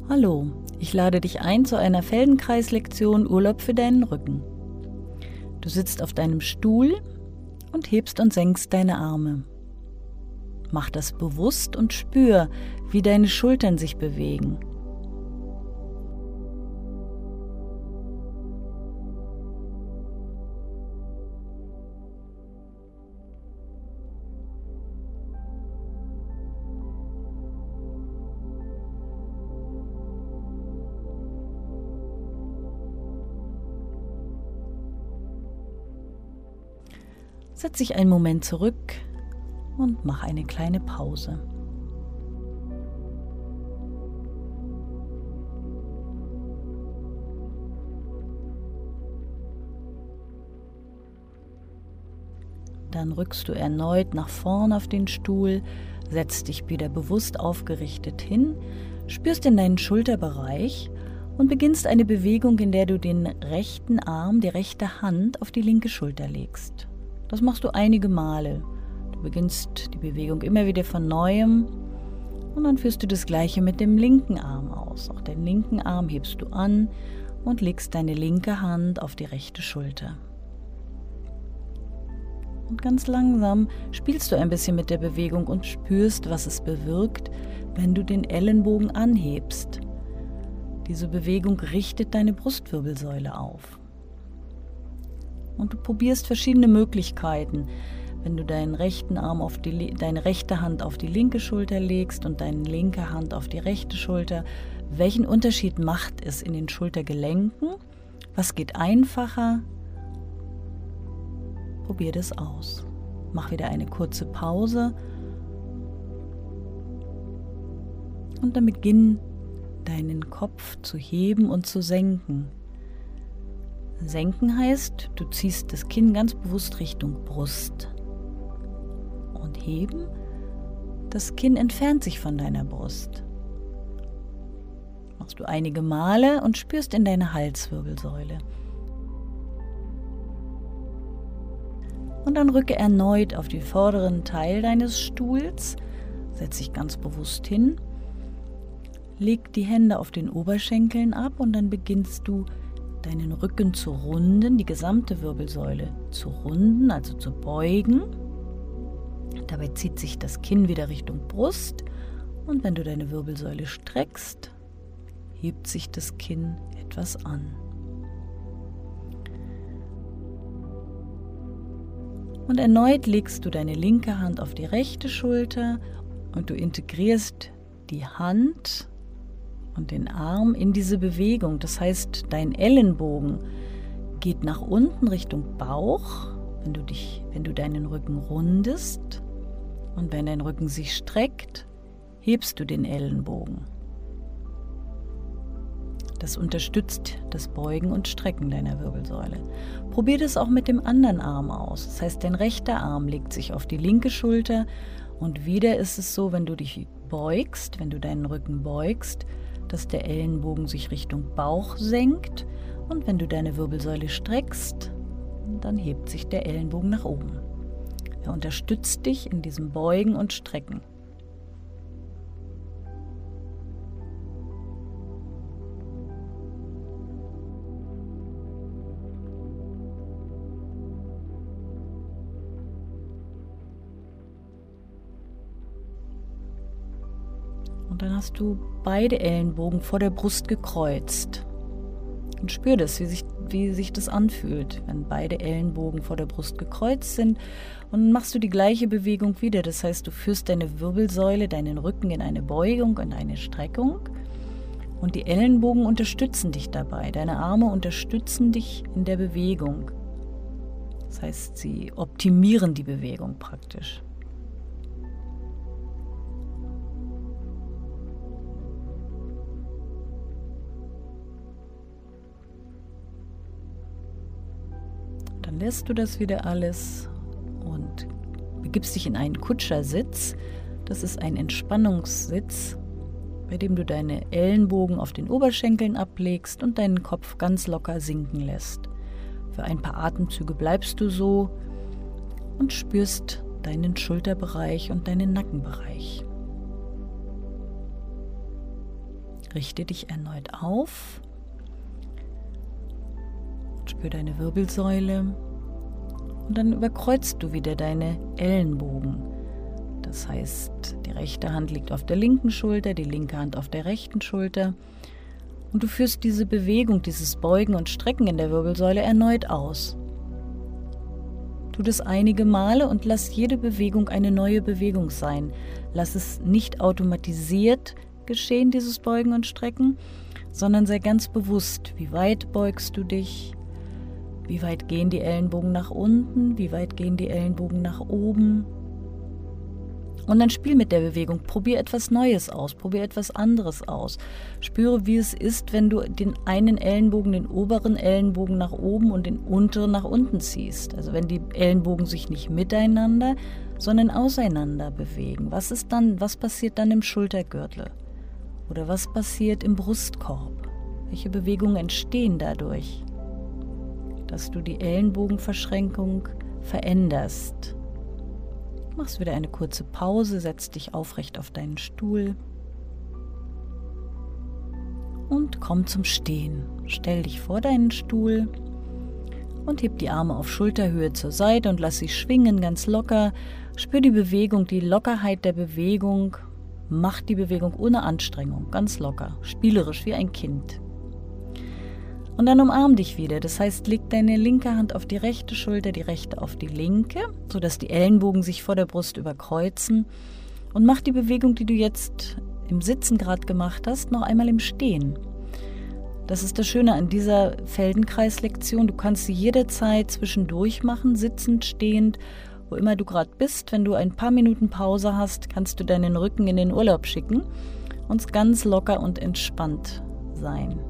Hallo, ich lade dich ein zu einer Feldenkreis-Lektion Urlaub für deinen Rücken. Du sitzt auf deinem Stuhl und hebst und senkst deine Arme. Mach das bewusst und spür, wie deine Schultern sich bewegen. Setz dich einen Moment zurück und mach eine kleine Pause. Dann rückst du erneut nach vorn auf den Stuhl, setzt dich wieder bewusst aufgerichtet hin, spürst in deinen Schulterbereich und beginnst eine Bewegung, in der du den rechten Arm, die rechte Hand auf die linke Schulter legst. Das machst du einige Male. Du beginnst die Bewegung immer wieder von Neuem und dann führst du das Gleiche mit dem linken Arm aus. Auch den linken Arm hebst du an und legst deine linke Hand auf die rechte Schulter. Und ganz langsam spielst du ein bisschen mit der Bewegung und spürst, was es bewirkt, wenn du den Ellenbogen anhebst. Diese Bewegung richtet deine Brustwirbelsäule auf. Und du probierst verschiedene Möglichkeiten. Wenn du deinen rechten Arm deine rechte Hand auf die linke Schulter legst und deine linke Hand auf die rechte Schulter, welchen Unterschied macht es in den Schultergelenken? Was geht einfacher? Probier das aus. Mach wieder eine kurze Pause und dann beginn deinen Kopf zu heben und zu senken. Senken heißt, du ziehst das Kinn ganz bewusst Richtung Brust. Und heben, das Kinn entfernt sich von deiner Brust. Machst du einige Male und spürst in deine Halswirbelsäule. Und dann rücke erneut auf den vorderen Teil deines Stuhls, setz dich ganz bewusst hin, leg die Hände auf den Oberschenkeln ab und dann beginnst du deinen Rücken zu runden, die gesamte Wirbelsäule zu runden, also zu beugen. Dabei zieht sich das Kinn wieder Richtung Brust und wenn du deine Wirbelsäule streckst, hebt sich das Kinn etwas an. Und erneut legst du deine linke Hand auf die rechte Schulter und du integrierst die Hand und den Arm in diese Bewegung. Das heißt, dein Ellenbogen geht nach unten Richtung Bauch, wenn du deinen Rücken rundest. Und wenn dein Rücken sich streckt, hebst du den Ellenbogen. Das unterstützt das Beugen und Strecken deiner Wirbelsäule. Probier das auch mit dem anderen Arm aus. Das heißt, dein rechter Arm legt sich auf die linke Schulter und wieder ist es so, wenn du dich beugst, wenn du deinen Rücken beugst, dass der Ellenbogen sich Richtung Bauch senkt und wenn du deine Wirbelsäule streckst, dann hebt sich der Ellenbogen nach oben. Er unterstützt dich in diesem Beugen und Strecken. Und dann hast du beide Ellenbogen vor der Brust gekreuzt. Und spür das, wie sich das anfühlt, wenn beide Ellenbogen vor der Brust gekreuzt sind. Und dann machst du die gleiche Bewegung wieder. Das heißt, du führst deine Wirbelsäule, deinen Rücken in eine Beugung, in eine Streckung. Und die Ellenbogen unterstützen dich dabei. Deine Arme unterstützen dich in der Bewegung. Das heißt, sie optimieren die Bewegung praktisch. Dann lässt du das wieder alles und begibst dich in einen Kutschersitz. Das ist ein Entspannungssitz, bei dem du deine Ellenbogen auf den Oberschenkeln ablegst und deinen Kopf ganz locker sinken lässt. Für ein paar Atemzüge bleibst du so und spürst deinen Schulterbereich und deinen Nackenbereich. Richte dich erneut auf. Spür deine Wirbelsäule. Und dann überkreuzt du wieder deine Ellenbogen. Das heißt, die rechte Hand liegt auf der linken Schulter, die linke Hand auf der rechten Schulter. Und du führst diese Bewegung, dieses Beugen und Strecken in der Wirbelsäule erneut aus. Tu das einige Male und lass jede Bewegung eine neue Bewegung sein. Lass es nicht automatisiert geschehen, dieses Beugen und Strecken, sondern sei ganz bewusst, wie weit beugst du dich, wie weit gehen die Ellenbogen nach unten, wie weit gehen die Ellenbogen nach oben. Und dann spiel mit der Bewegung, probier etwas Neues aus, probier etwas anderes aus. Spüre, wie es ist, wenn du den einen Ellenbogen, den oberen Ellenbogen nach oben und den unteren nach unten ziehst. Also wenn die Ellenbogen sich nicht miteinander, sondern auseinander bewegen. Was passiert dann im Schultergürtel? Oder was passiert im Brustkorb? Welche Bewegungen entstehen dadurch, dass du die Ellenbogenverschränkung veränderst? Machst wieder eine kurze Pause, setz dich aufrecht auf deinen Stuhl und komm zum Stehen. Stell dich vor deinen Stuhl und heb die Arme auf Schulterhöhe zur Seite und lass sie schwingen, ganz locker. Spür die Bewegung, die Lockerheit der Bewegung. Mach die Bewegung ohne Anstrengung, ganz locker, spielerisch wie ein Kind. Und dann umarm dich wieder. Das heißt, leg deine linke Hand auf die rechte Schulter, die rechte auf die linke, sodass die Ellenbogen sich vor der Brust überkreuzen. Und mach die Bewegung, die du jetzt im Sitzen gerade gemacht hast, noch einmal im Stehen. Das ist das Schöne an dieser Feldenkreis-Lektion. Du kannst sie jederzeit zwischendurch machen, sitzend, stehend, wo immer du gerade bist. Wenn du ein paar Minuten Pause hast, kannst du deinen Rücken in den Urlaub schicken und ganz locker und entspannt sein.